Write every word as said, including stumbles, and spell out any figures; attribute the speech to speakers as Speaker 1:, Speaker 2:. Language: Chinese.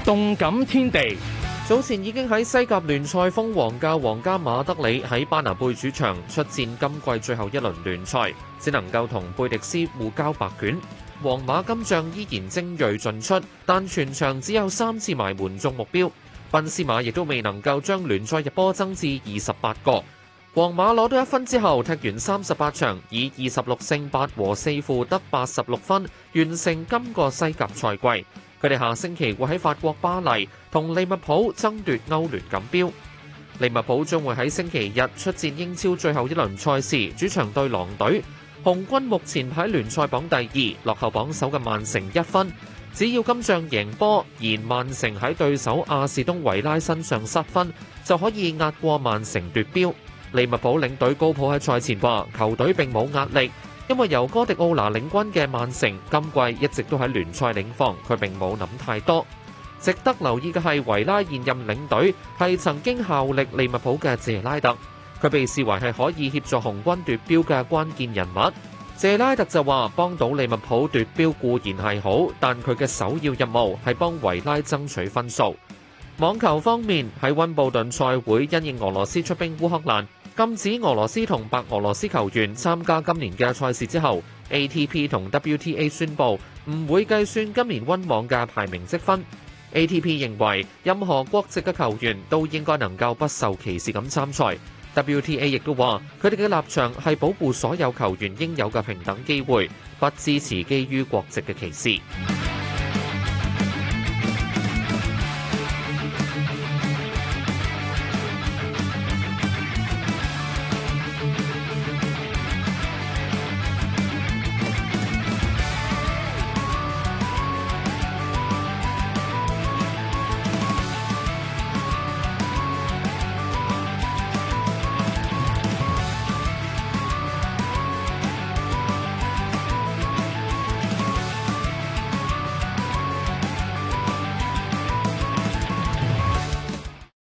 Speaker 1: 動感天地。
Speaker 2: 早前已經喺西甲聯賽封王嘅皇家馬德里喺巴拿貝主場出戰今季最後一輪聯賽，只能夠同貝迪斯互交白卷。皇馬今仗依然精鋭盡出，但全場只有三次埋門中目標。賓斯馬亦都未能夠將聯賽入波增至二十八個。皇馬攞到一分之後，踢完三十八場，以二十六勝八和四負得八十六分，完成今個西甲賽季。佢哋下星期會喺法國巴黎同利物浦爭奪歐聯錦標。利物浦將會喺星期日出戰英超最後一輪賽事，主場對狼隊。紅軍目前排聯賽榜第二，落後榜首嘅曼城一分。只要今仗贏波，而曼城喺對手阿士東維拉身上失分，就可以壓過曼城奪標。利物浦領隊高普喺賽前話：球隊並冇壓力。因為由哥迪奧拿領軍嘅曼城今季一直都喺聯賽領放，佢並冇諗太多。值得留意嘅係維拉現任領隊係曾經效力利物浦嘅謝拉特，佢被視為係可以協助紅軍奪標嘅關鍵人物。謝拉特就話：幫到利物浦奪標固然係好，但佢嘅首要任務係幫維拉爭取分數。網球方面，喺溫布頓賽會因應俄羅斯出兵烏克蘭，禁止俄羅斯同白俄羅斯球員參加今年嘅賽事之後 ，A T P 同 W T A 宣布唔會計算今年溫網嘅排名積分。A T P 認為任何國籍嘅球員都應該能夠不受歧視咁參賽。W T A 亦都話佢哋嘅立場係保護所有球員應有嘅平等機會，不支持基於國籍嘅歧視。